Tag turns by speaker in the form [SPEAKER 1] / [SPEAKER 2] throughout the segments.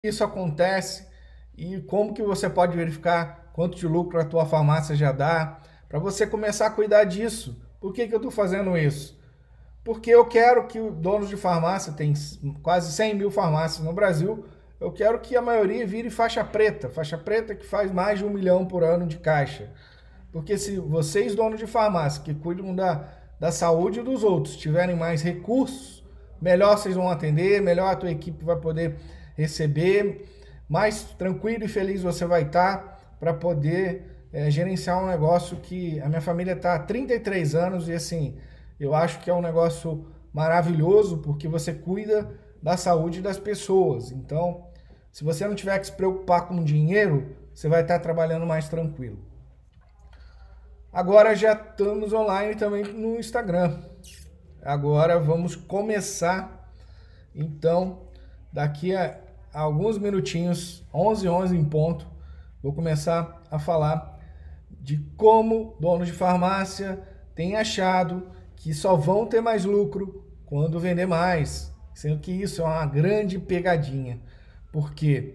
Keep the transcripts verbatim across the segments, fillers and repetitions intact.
[SPEAKER 1] isso acontece e como que você pode verificar quanto de lucro a tua farmácia já dá, para você começar a cuidar disso. Por que que eu estou fazendo isso? Porque eu quero que os donos de farmácia, tem quase cem mil farmácias no Brasil, eu quero que a maioria vire faixa preta, faixa preta que faz mais de um milhão por ano de caixa. Porque se vocês, donos de farmácia, que cuidam da, da saúde dos outros, tiverem mais recursos, melhor vocês vão atender, melhor a tua equipe vai poder receber, mais tranquilo e feliz você vai estar para poder é, gerenciar um negócio que a minha família está há trinta e três anos e assim, eu acho que é um negócio maravilhoso porque você cuida da saúde das pessoas. Então, se você não tiver que se preocupar com dinheiro, você vai estar trabalhando mais tranquilo. Agora já estamos online também no Instagram. Agora vamos começar. Então, daqui a alguns minutinhos, onze e onze em ponto, vou começar a falar de como donos de farmácia têm achado que só vão ter mais lucro quando vender mais, sendo que isso é uma grande pegadinha, porque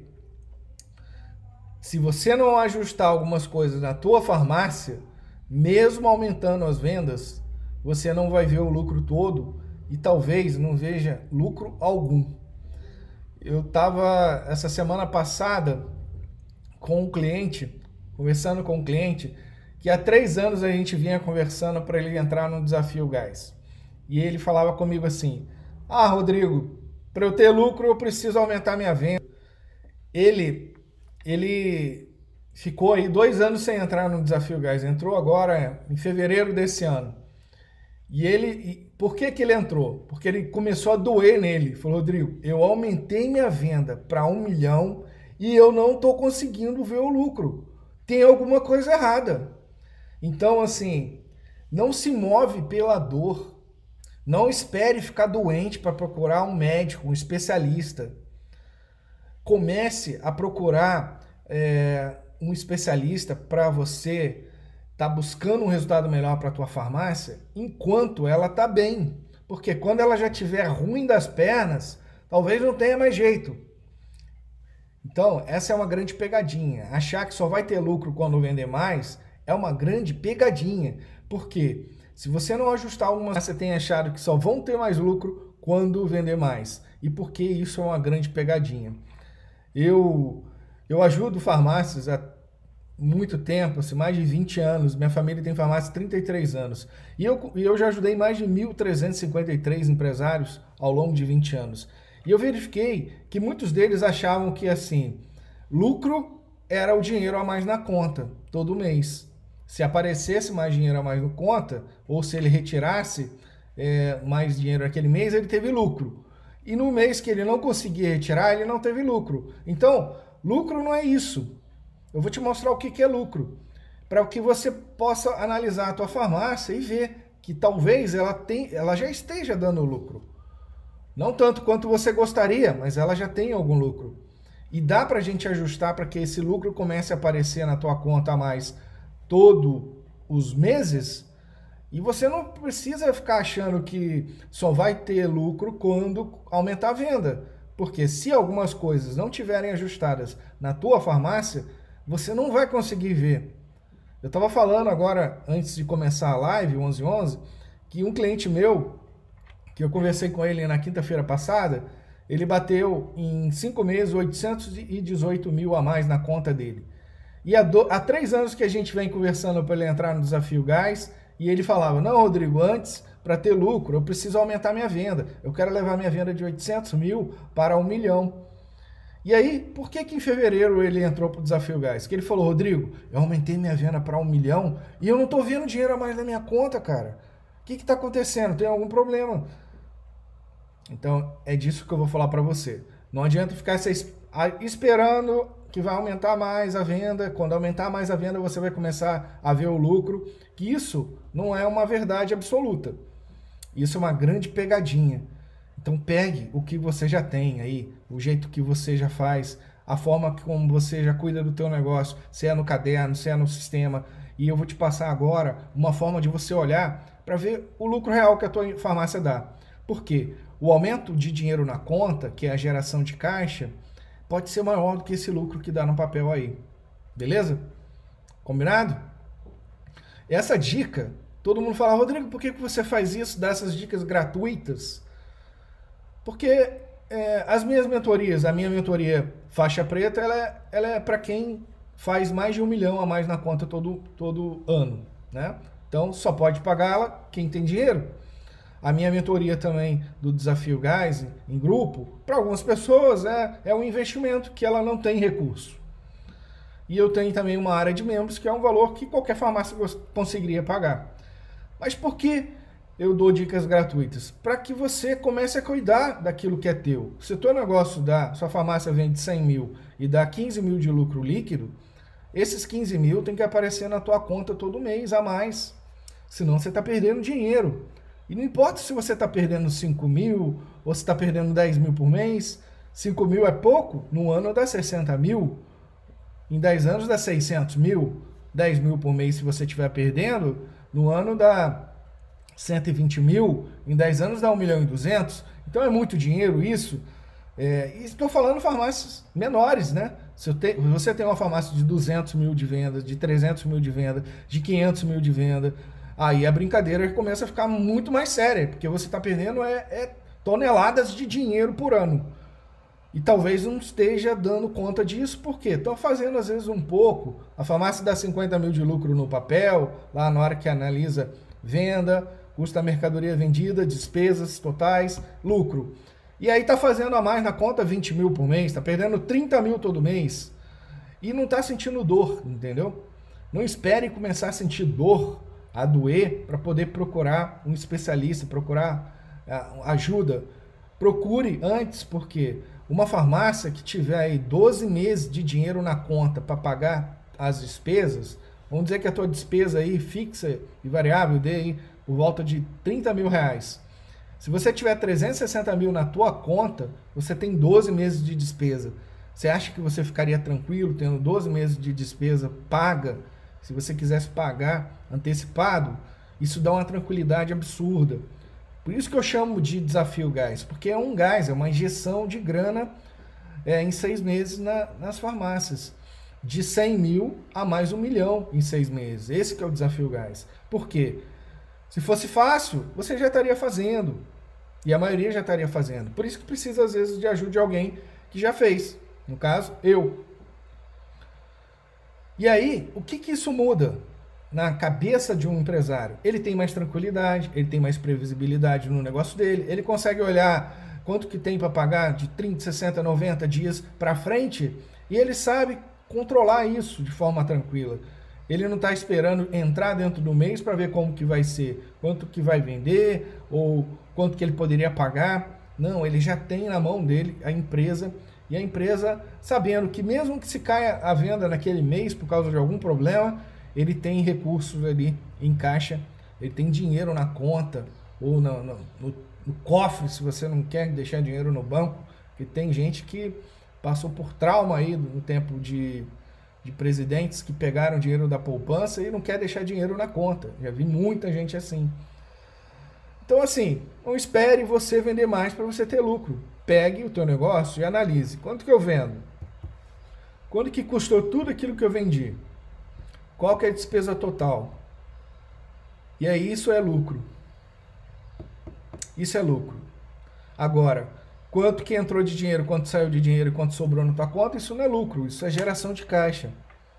[SPEAKER 1] se você não ajustar algumas coisas na tua farmácia, mesmo aumentando as vendas, você não vai ver o lucro todo e talvez não veja lucro algum. Eu estava essa semana passada com um cliente, conversando com um cliente, que há três anos a gente vinha conversando para ele entrar no Desafio Gás. E ele falava comigo assim, ah, Rodrigo, para eu ter lucro eu preciso aumentar minha venda. Ele, ele ficou aí dois anos sem entrar no Desafio Gás, entrou agora em fevereiro desse ano. E ele, por que que ele entrou? Porque ele começou a doer nele. Falou, Rodrigo, eu aumentei minha venda para um milhão e eu não estou conseguindo ver o lucro. Tem alguma coisa errada. Então, assim, não se move pela dor. Não espere ficar doente para procurar um médico, um especialista. Comece a procurar é, um especialista para você estar tá buscando um resultado melhor para a tua farmácia enquanto ela está bem. Porque quando ela já estiver ruim das pernas, talvez não tenha mais jeito. Então, essa é uma grande pegadinha. Achar que só vai ter lucro quando vender mais é uma grande pegadinha. Porque se você não ajustar algumas, você tem achado que só vão ter mais lucro quando vender mais. E por que isso é uma grande pegadinha? Eu, eu ajudo farmácias há muito tempo, assim, mais de vinte anos. Minha família tem farmácia há trinta e três anos. E eu, eu já ajudei mais de mil trezentos e cinquenta e três empresários ao longo de vinte anos. E eu verifiquei que muitos deles achavam que, assim, lucro era o dinheiro a mais na conta, todo mês. Se aparecesse mais dinheiro a mais na conta, ou se ele retirasse é, mais dinheiro naquele mês, ele teve lucro. E no mês que ele não conseguia retirar, ele não teve lucro. Então, lucro não é isso. Eu vou te mostrar o que é lucro, para que você possa analisar a tua farmácia e ver que talvez ela, tem, ela já esteja dando lucro. Não tanto quanto você gostaria, mas ela já tem algum lucro. E dá para a gente ajustar para que esse lucro comece a aparecer na tua conta a mais todos os meses. E você não precisa ficar achando que só vai ter lucro quando aumentar a venda. Porque se algumas coisas não tiverem ajustadas na tua farmácia, você não vai conseguir ver. Eu estava falando agora, antes de começar a live, onze e onze, que um cliente meu, que eu conversei com ele na quinta-feira passada, ele bateu em cinco meses oitocentos e dezoito mil a mais na conta dele. E há, do, há três anos que a gente vem conversando para ele entrar no Desafio Gás, e ele falava, não, Rodrigo, antes, para ter lucro, eu preciso aumentar minha venda. Eu quero levar minha venda de oitocentos mil para um milhão. E aí, por que que em fevereiro ele entrou para o Desafio Gás? Que ele falou, Rodrigo, eu aumentei minha venda para um milhão e eu não estou vendo dinheiro a mais na minha conta, cara. O que está acontecendo? Tem algum problema? Então, é disso que eu vou falar para você. Não adianta ficar esperando que vai aumentar mais a venda. Quando aumentar mais a venda, você vai começar a ver o lucro. Que isso não é uma verdade absoluta. Isso é uma grande pegadinha. Então pegue o que você já tem aí, o jeito que você já faz, a forma como você já cuida do teu negócio, se é no caderno, se é no sistema. E eu vou te passar agora uma forma de você olhar para ver o lucro real que a tua farmácia dá. Por quê? O aumento de dinheiro na conta, que é a geração de caixa, pode ser maior do que esse lucro que dá no papel aí. Beleza? Combinado? Essa dica, todo mundo fala, Rodrigo, por que você faz isso, dá essas dicas gratuitas? Porque é, as minhas mentorias, a minha mentoria faixa preta, ela é, ela é para quem faz mais de um milhão a mais na conta todo, todo ano, né? Então, só pode pagá-la quem tem dinheiro. A minha mentoria também do Desafio Gás em grupo, para algumas pessoas é, é um investimento que ela não tem recurso. E eu tenho também uma área de membros que é um valor que qualquer farmácia conseguiria pagar. Mas por que eu dou dicas gratuitas? Para que você comece a cuidar daquilo que é teu. Se o teu negócio dá, sua farmácia vende cem mil e dá quinze mil de lucro líquido, esses quinze mil tem que aparecer na tua conta todo mês a mais. Senão você está perdendo dinheiro. E não importa se você está perdendo cinco mil ou se está perdendo dez mil por mês. cinco mil é pouco, no ano dá sessenta mil. Em dez anos dá seiscentos mil. dez mil por mês se você estiver perdendo, no ano dá cento e vinte mil. Em dez anos dá um milhão e duzentos. Então é muito dinheiro isso. É, e estou falando farmácias menores, né? Se te, você tem uma farmácia de duzentos mil de venda, de trezentos mil de venda, de quinhentos mil de venda, aí a brincadeira começa a ficar muito mais séria, porque você está perdendo é, é toneladas de dinheiro por ano. E talvez não esteja dando conta disso, porque estão fazendo às vezes um pouco. A farmácia dá cinquenta mil de lucro no papel, lá na hora que analisa venda, custo da mercadoria vendida, despesas totais, lucro. E aí está fazendo a mais na conta vinte mil por mês, está perdendo trinta mil todo mês. E não está sentindo dor, entendeu? Não espere começar a sentir dor, a doer, para poder procurar um especialista, procurar ajuda. Procure antes, porque uma farmácia que tiver aí doze meses de dinheiro na conta para pagar as despesas, vamos dizer que a tua despesa aí fixa e variável dê aí por volta de trinta mil reais. Se você tiver trezentos e sessenta mil na tua conta, você tem doze meses de despesa. Você acha que você ficaria tranquilo tendo doze meses de despesa paga? Se você quisesse pagar antecipado, isso dá uma tranquilidade absurda. Por isso que eu chamo de desafio gás, porque é um gás, é uma injeção de grana é, em seis meses na, nas farmácias. De cem mil a mais um milhão em seis meses. Esse que é o desafio gás. Por quê? Se fosse fácil, você já estaria fazendo. E a maioria já estaria fazendo. Por isso que precisa, às vezes, de ajuda de alguém que já fez. No caso, eu. E aí, o que, que isso muda na cabeça de um empresário? Ele tem mais tranquilidade, ele tem mais previsibilidade no negócio dele, ele consegue olhar quanto que tem para pagar de trinta, sessenta, noventa dias para frente e ele sabe controlar isso de forma tranquila. Ele não está esperando entrar dentro do mês para ver como que vai ser, quanto que vai vender ou quanto que ele poderia pagar. Não, ele já tem na mão dele a empresa e a empresa sabendo que mesmo que se caia a venda naquele mês por causa de algum problema, ele tem recursos ali em caixa, ele tem dinheiro na conta ou no, no, no, no cofre, se você não quer deixar dinheiro no banco, porque tem gente que passou por trauma aí no tempo de, de presidentes que pegaram dinheiro da poupança e não quer deixar dinheiro na conta. Já vi muita gente assim. Então assim, não espere você vender mais para você ter lucro. Pegue o teu negócio e analise. Quanto que eu vendo? Quanto que custou tudo aquilo que eu vendi? Qual que é a despesa total? E aí isso é lucro. Isso é lucro. Agora, quanto que entrou de dinheiro, quanto saiu de dinheiro, quanto sobrou na tua conta, isso não é lucro, isso é geração de caixa.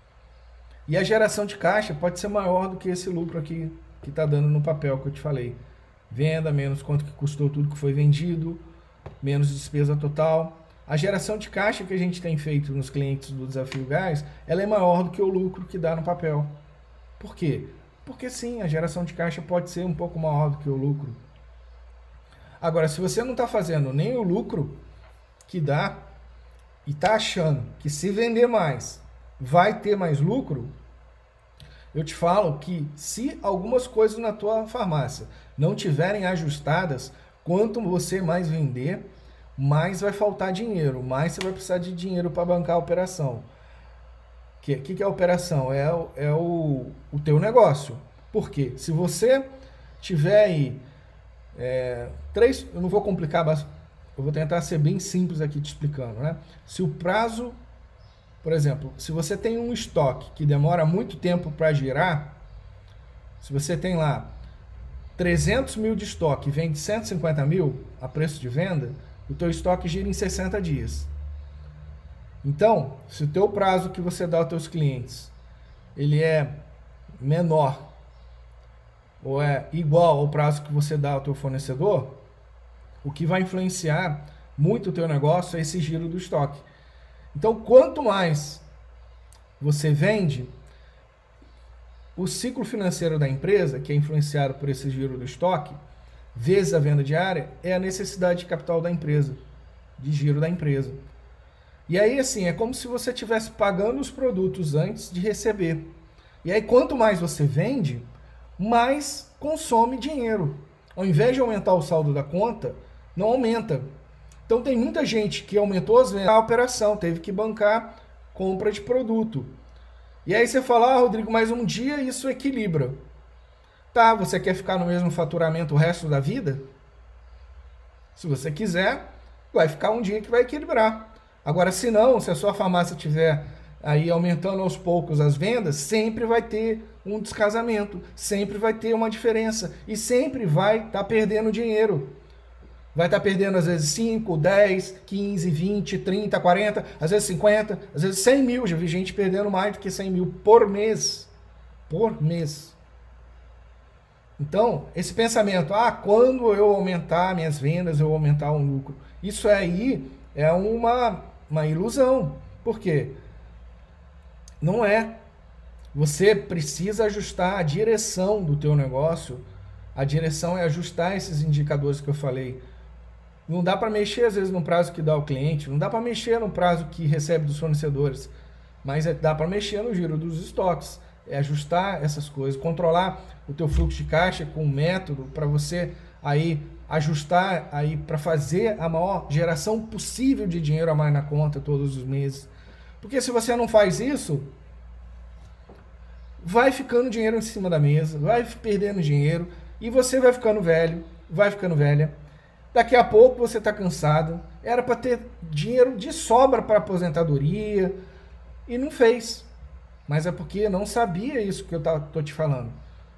[SPEAKER 1] E a geração de caixa pode ser maior do que esse lucro aqui que está dando no papel que eu te falei. Venda, menos quanto que custou tudo que foi vendido, menos despesa total. A geração de caixa que a gente tem feito nos clientes do Desafio Gás, ela é maior do que o lucro que dá no papel. Por quê? Porque sim, a geração de caixa pode ser um pouco maior do que o lucro. Agora, se você não está fazendo nem o lucro que dá e está achando que se vender mais vai ter mais lucro, eu te falo que se algumas coisas na tua farmácia não tiverem ajustadas, quanto você mais vender, mais vai faltar dinheiro, mais você vai precisar de dinheiro para bancar a operação. O que, que, que é a operação? É, é o, o teu negócio. Por quê? Se você tiver aí É, três, eu não vou complicar eu vou tentar ser bem simples aqui te explicando, né? Se o prazo, por exemplo, se você tem um estoque que demora muito tempo para girar, se você tem lá trezentos mil de estoque e vende cento e cinquenta mil a preço de venda, o teu estoque gira em sessenta dias. Então, se o teu prazo que você dá aos teus clientes, ele é menor ou é igual ao prazo que você dá ao teu fornecedor, o que vai influenciar muito o teu negócio é esse giro do estoque. Então, quanto mais você vende, o ciclo financeiro da empresa, que é influenciado por esse giro do estoque, vezes a venda diária, é a necessidade de capital da empresa, de giro da empresa. E aí, assim, é como se você estivesse pagando os produtos antes de receber. E aí, quanto mais você vende, mais consome dinheiro. Ao invés de aumentar o saldo da conta, não aumenta. Então, tem muita gente que aumentou as vendas, a operação, teve que bancar compra de produto. E aí você fala, ah, Rodrigo, mas um dia isso equilibra. Tá, você quer ficar no mesmo faturamento o resto da vida? Se você quiser, vai ficar um dia que vai equilibrar. Agora, se não, se a sua farmácia estiver aí aumentando aos poucos as vendas, sempre vai ter um descasamento, sempre vai ter uma diferença e sempre vai estar tá perdendo dinheiro. Vai estar tá perdendo às vezes cinco, dez, quinze, vinte, trinta, quarenta, às vezes cinquenta, às vezes cem mil. Já vi gente perdendo mais do que cem mil por mês. Por mês. Então, esse pensamento, ah, quando eu aumentar minhas vendas, eu vou aumentar o lucro. Isso aí é uma, uma ilusão. Por quê? Não é. Você precisa ajustar a direção do teu negócio. A direção é ajustar esses indicadores que eu falei. Não dá para mexer, às vezes, no prazo que dá o cliente, não dá para mexer no prazo que recebe dos fornecedores, mas é, dá para mexer no giro dos estoques, é ajustar essas coisas, controlar o teu fluxo de caixa com um método para você aí ajustar aí para fazer a maior geração possível de dinheiro a mais na conta todos os meses. Porque se você não faz isso, vai ficando dinheiro em cima da mesa, vai perdendo dinheiro e você vai ficando velho, vai ficando velha. Daqui a pouco você está cansado, era para ter dinheiro de sobra para aposentadoria e não fez. Mas é porque não sabia isso que eu estou te falando.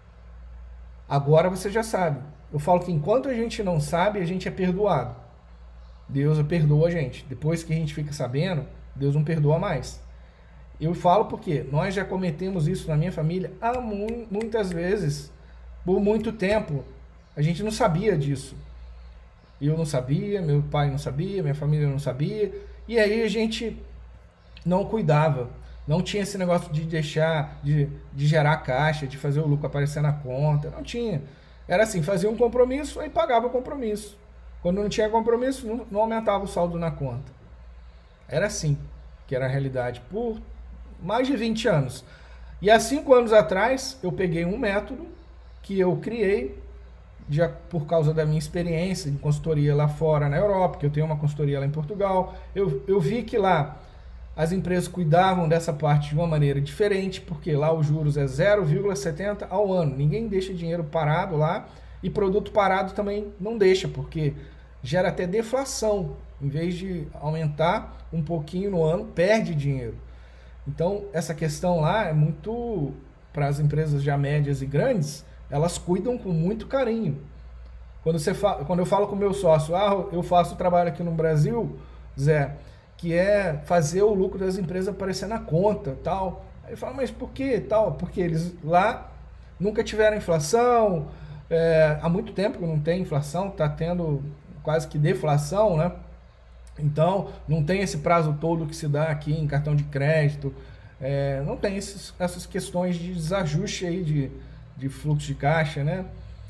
[SPEAKER 1] Agora você já sabe. Eu falo que enquanto a gente não sabe, a gente é perdoado. Deus perdoa a gente. Depois que a gente fica sabendo, Deus não perdoa mais. Eu falo porque nós já cometemos isso na minha família há mu- muitas vezes, por muito tempo. A gente não sabia disso. Eu não sabia, meu pai não sabia, minha família não sabia. E aí a gente não cuidava. Não tinha esse negócio de deixar, de, de gerar caixa, de fazer o lucro aparecer na conta. Não tinha. Era assim, fazia um compromisso e pagava o compromisso. Quando não tinha compromisso, não, não aumentava o saldo na conta. Era assim que era a realidade por mais de vinte anos. E há cinco anos atrás, eu peguei um método que eu criei já por causa da minha experiência de consultoria lá fora na Europa, que eu tenho uma consultoria lá em Portugal. Eu, eu vi que lá as empresas cuidavam dessa parte de uma maneira diferente, porque lá os juros é zero vírgula setenta ao ano. Ninguém deixa dinheiro parado lá e produto parado também não deixa, porque gera até deflação. Em vez de aumentar um pouquinho no ano, perde dinheiro. Então, essa questão lá é muito, para as empresas já médias e grandes, elas cuidam com muito carinho. Quando, você fa... Quando eu falo com o meu sócio, ah, eu faço trabalho aqui no Brasil, Zé, que é fazer o lucro das empresas aparecer na conta, tal. Aí ele fala, mas por que tal? Porque eles lá nunca tiveram inflação, é, há muito tempo que não tem inflação, está tendo quase que deflação, né? Então, não tem esse prazo todo que se dá aqui em cartão de crédito, é, não tem esses, essas questões de desajuste aí de, de fluxo de caixa, né?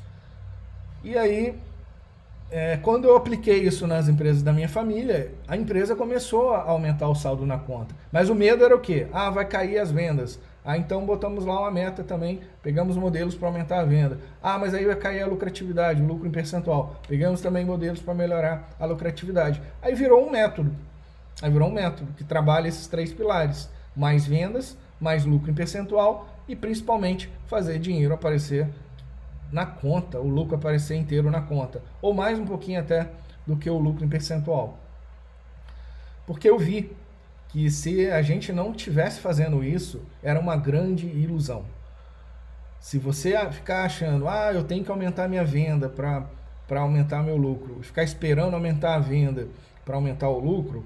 [SPEAKER 1] E aí, é, quando eu apliquei isso nas empresas da minha família, a empresa começou a aumentar o saldo na conta. Mas o medo era o quê? Ah, vai cair as vendas. Ah, então botamos lá uma meta também, pegamos modelos para aumentar a venda. Ah, mas aí vai cair a lucratividade, o lucro em percentual. Pegamos também modelos para melhorar a lucratividade. Aí virou um método. Aí virou um método que trabalha esses três pilares. Mais vendas, mais lucro em percentual e principalmente fazer dinheiro aparecer na conta, o lucro aparecer inteiro na conta. Ou mais um pouquinho até do que o lucro em percentual. Porque eu vi que se a gente não estivesse fazendo isso, era uma grande ilusão. Se você ficar achando, ah, eu tenho que aumentar minha venda para para aumentar meu lucro, ficar esperando aumentar a venda para aumentar o lucro,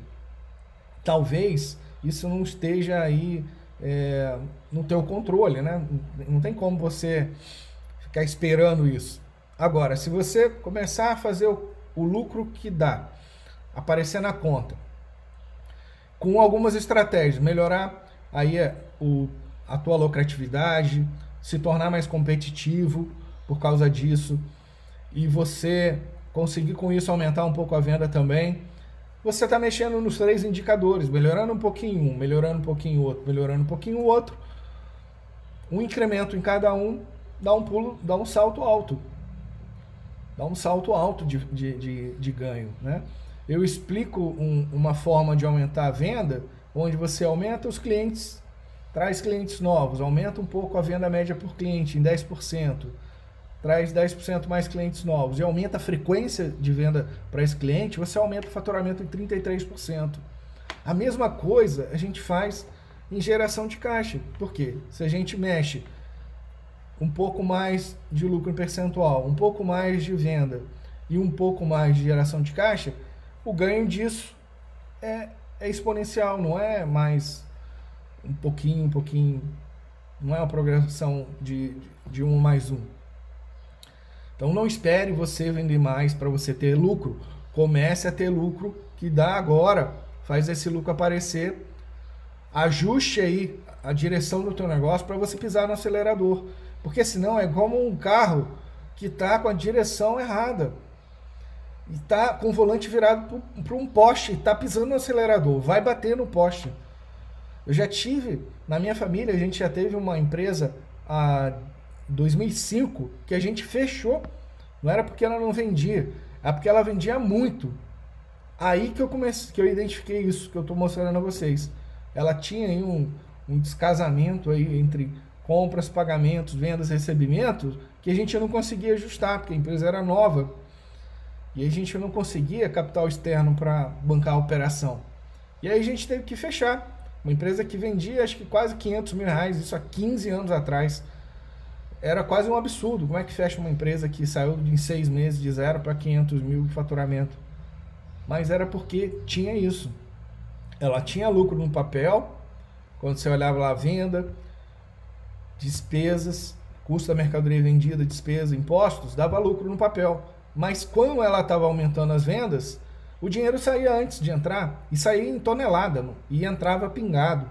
[SPEAKER 1] talvez isso não esteja aí é, no teu controle, né? Não tem como você ficar esperando isso. Agora, se você começar a fazer o, o lucro que dá, aparecer na conta, com algumas estratégias, melhorar aí o, a tua lucratividade, se tornar mais competitivo por causa disso, e você conseguir com isso aumentar um pouco a venda também, você está mexendo nos três indicadores, melhorando um pouquinho um, melhorando um pouquinho o outro, melhorando um pouquinho o outro, um incremento em cada um, dá um pulo, dá um salto alto, dá um salto alto de, de, de, de ganho, né? Eu explico um, uma forma de aumentar a venda, onde você aumenta os clientes, traz clientes novos, aumenta um pouco a venda média por cliente em dez por cento, traz dez por cento mais clientes novos e aumenta a frequência de venda para esse cliente, você aumenta o faturamento em trinta e três por cento. A mesma coisa a gente faz em geração de caixa. Por quê? Se a gente mexe um pouco mais de lucro em percentual, um pouco mais de venda e um pouco mais de geração de caixa, o ganho disso é, é exponencial, não é mais um pouquinho, um pouquinho, não é uma progressão de, de um mais um. Então não espere você vender mais para você ter lucro. Comece a ter lucro que dá agora. Faz esse lucro aparecer. Ajuste aí a direção do teu negócio para você pisar no acelerador. Porque senão é como um carro que está com a direção errada. E está com o volante virado para um poste. Está pisando no acelerador. Vai bater no poste. Eu já tive, na minha família, a gente já teve uma empresa há dois mil e cinco que a gente fechou. Não era porque ela não vendia, é porque ela vendia muito. Aí que eu comecei, que eu identifiquei isso que eu estou mostrando a vocês. Ela tinha aí um, um descasamento aí entre compras, pagamentos, vendas, recebimentos, que a gente não conseguia ajustar, porque a empresa era nova e a gente não conseguia capital externo para bancar a operação. E aí a gente teve que fechar. Uma empresa que vendia acho que quase quinhentos mil reais, isso há quinze anos atrás. Era quase um absurdo. Como é que fecha uma empresa que saiu em seis meses de zero para quinhentos mil de faturamento? Mas era porque tinha isso. Ela tinha lucro no papel, quando você olhava lá a venda, despesas, custo da mercadoria vendida, despesa, impostos, dava lucro no papel. Mas quando ela estava aumentando as vendas, o dinheiro saía antes de entrar, e saía em tonelada, e entrava pingado.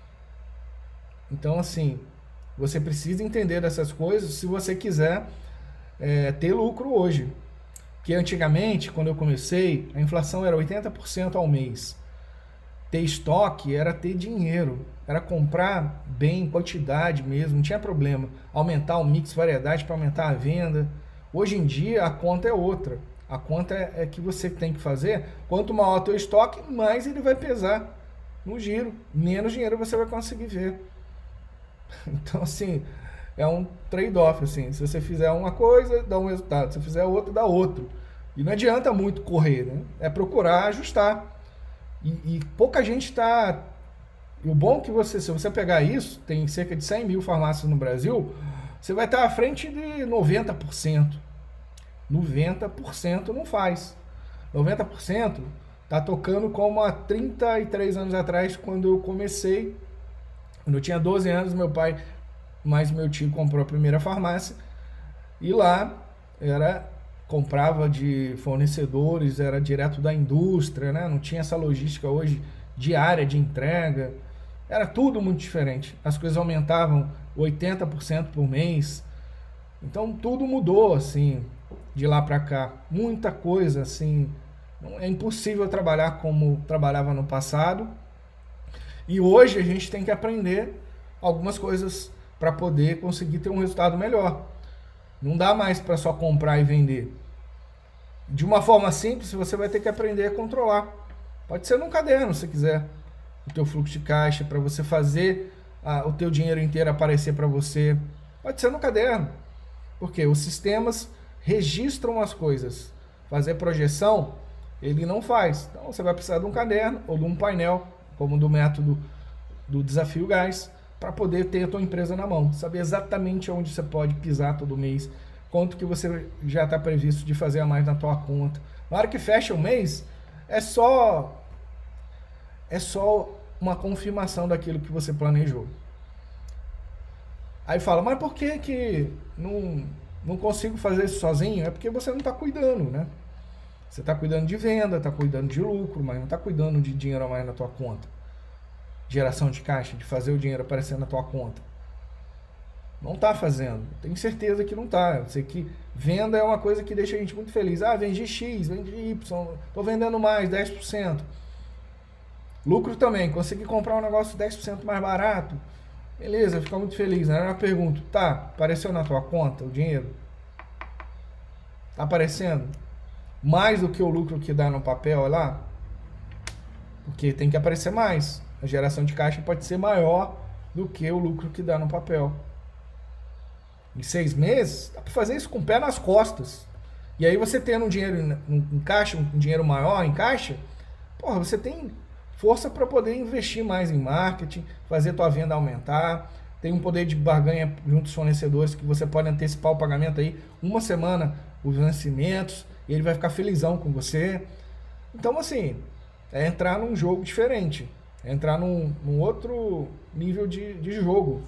[SPEAKER 1] Então, assim, você precisa entender dessas coisas se você quiser é, ter lucro hoje. Porque antigamente, quando eu comecei, a inflação era oitenta por cento ao mês. Ter estoque era ter dinheiro, era comprar bem, quantidade mesmo, não tinha problema. Aumentar o mix, variedade para aumentar a venda. Hoje em dia, a conta é outra. A conta é, é que você tem que fazer. Quanto maior o teu estoque, mais ele vai pesar no giro. Menos dinheiro você vai conseguir ver. Então, assim, é um trade-off, assim. Se você fizer uma coisa, dá um resultado. Se você fizer outra, dá outro. E não adianta muito correr, né? É procurar ajustar. E, e pouca gente está... O bom é que você, se você pegar isso, tem cerca de cem mil farmácias no Brasil, você vai estar à frente de noventa por cento. noventa por cento não faz. noventa por cento está tocando como há trinta e três anos atrás, quando eu comecei. Quando eu tinha doze anos, meu pai mais meu tio comprou a primeira farmácia. E lá era comprava de fornecedores, era direto da indústria, né? Não tinha essa logística hoje diária de entrega. Era tudo muito diferente. As coisas aumentavam oitenta por cento por mês. Então tudo mudou, assim, de lá para cá. Muita coisa, assim. É impossível trabalhar como trabalhava no passado. E hoje a gente tem que aprender algumas coisas para poder conseguir ter um resultado melhor. Não dá mais para só comprar e vender. De uma forma simples, você vai ter que aprender a controlar. Pode ser num caderno, se quiser, o teu fluxo de caixa, para você fazer a, o teu dinheiro inteiro aparecer para você. Pode ser no caderno. Porque os sistemas registram as coisas. Fazer projeção ele não faz. Então você vai precisar de um caderno ou de um painel, como do método do Desafio Gás, para poder ter a tua empresa na mão, saber exatamente onde você pode pisar todo mês, quanto que você já está previsto de fazer a mais na tua conta. Na hora que fecha o mês, é só é só uma confirmação daquilo que você planejou. Aí fala, mas por que que não, não consigo fazer isso sozinho? É porque você não está cuidando, né? Você está cuidando de venda, está cuidando de lucro, mas não está cuidando de dinheiro a mais na tua conta. Geração de caixa, de fazer o dinheiro aparecer na tua conta. Não está fazendo. Tenho certeza que não está. Eu sei que venda é uma coisa que deixa a gente muito feliz. Ah, vendi X, vendi Y, estou vendendo mais, dez por cento. Lucro também, consegui comprar um negócio dez por cento mais barato. Beleza, fica muito feliz. Né? Eu pergunto, tá, apareceu na tua conta o dinheiro? Tá aparecendo? Mais do que o lucro que dá no papel lá? Porque tem que aparecer mais. A geração de caixa pode ser maior do que o lucro que dá no papel. Em seis meses, dá para fazer isso com o pé nas costas. E aí você tendo um dinheiro em caixa, um dinheiro maior em caixa, porra, você tem força para poder investir mais em marketing, fazer tua venda aumentar, tem um poder de barganha junto aos fornecedores que você pode antecipar o pagamento aí uma semana, os vencimentos, e ele vai ficar felizão com você. Então, assim, é entrar num jogo diferente, é entrar num, num outro nível de, de jogo.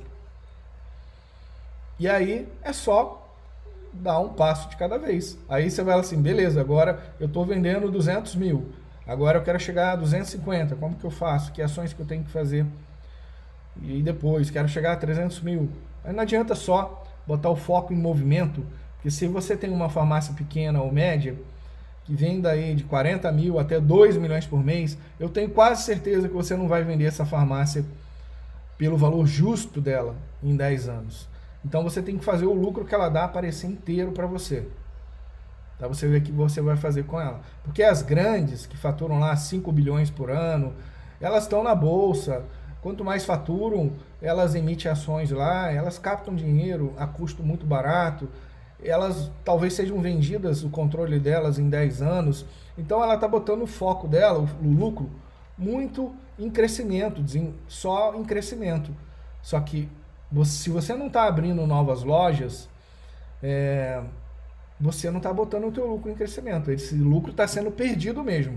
[SPEAKER 1] E aí é só dar um passo de cada vez. Aí você vai assim, beleza, agora eu estou vendendo duzentos mil, agora eu quero chegar a duzentos e cinquenta, como que eu faço? Que ações que eu tenho que fazer? E depois, quero chegar a trezentos mil. Aí não adianta só botar o foco em movimento, porque se você tem uma farmácia pequena ou média, que venda aí de quarenta mil até dois milhões por mês, eu tenho quase certeza que você não vai vender essa farmácia pelo valor justo dela em dez anos. Então você tem que fazer o lucro que ela dá aparecer inteiro para você. Para você ver o que você vai fazer com ela. Porque as grandes, que faturam lá cinco bilhões por ano, elas estão na bolsa. Quanto mais faturam, elas emitem ações lá, elas captam dinheiro a custo muito barato. Elas talvez sejam vendidas, o controle delas em dez anos. Então ela está botando o foco dela, o, o lucro, muito em crescimento, só em crescimento. Só que você, se você não está abrindo novas lojas, é, você não está botando o teu lucro em crescimento. Esse lucro está sendo perdido mesmo.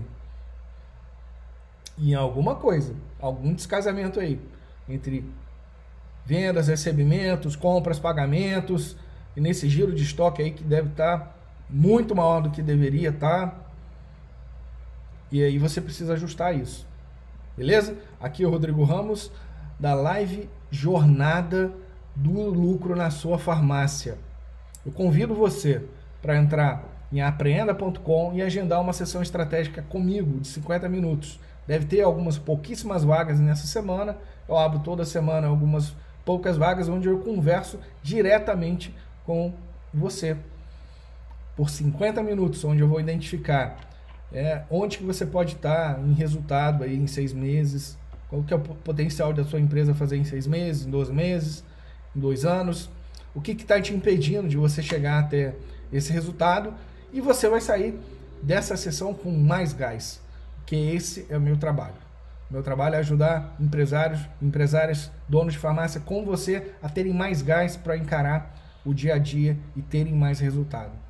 [SPEAKER 1] Em alguma coisa, algum descasamento aí, entre vendas, recebimentos, compras, pagamentos, e nesse giro de estoque aí que deve estar muito maior do que deveria estar. E aí você precisa ajustar isso. Beleza? Aqui é o Rodrigo Ramos, da live Jornada do Lucro na Sua Farmácia. Eu convido você para entrar em apreenda ponto com e agendar uma sessão estratégica comigo de cinquenta minutos. Deve ter algumas pouquíssimas vagas nessa semana. Eu abro toda semana algumas poucas vagas onde eu converso diretamente com você por cinquenta minutos, onde eu vou identificar é, onde que você pode estar em resultado aí em seis meses, qual que é o potencial da sua empresa fazer em seis meses, em doze meses, em dois anos, o que está te impedindo de você chegar até esse resultado, e você vai sair dessa sessão com mais gás, porque esse é o meu trabalho. Meu trabalho é ajudar empresários, empresários, donos de farmácia, com você, a terem mais gás para encarar o dia a dia e terem mais resultado.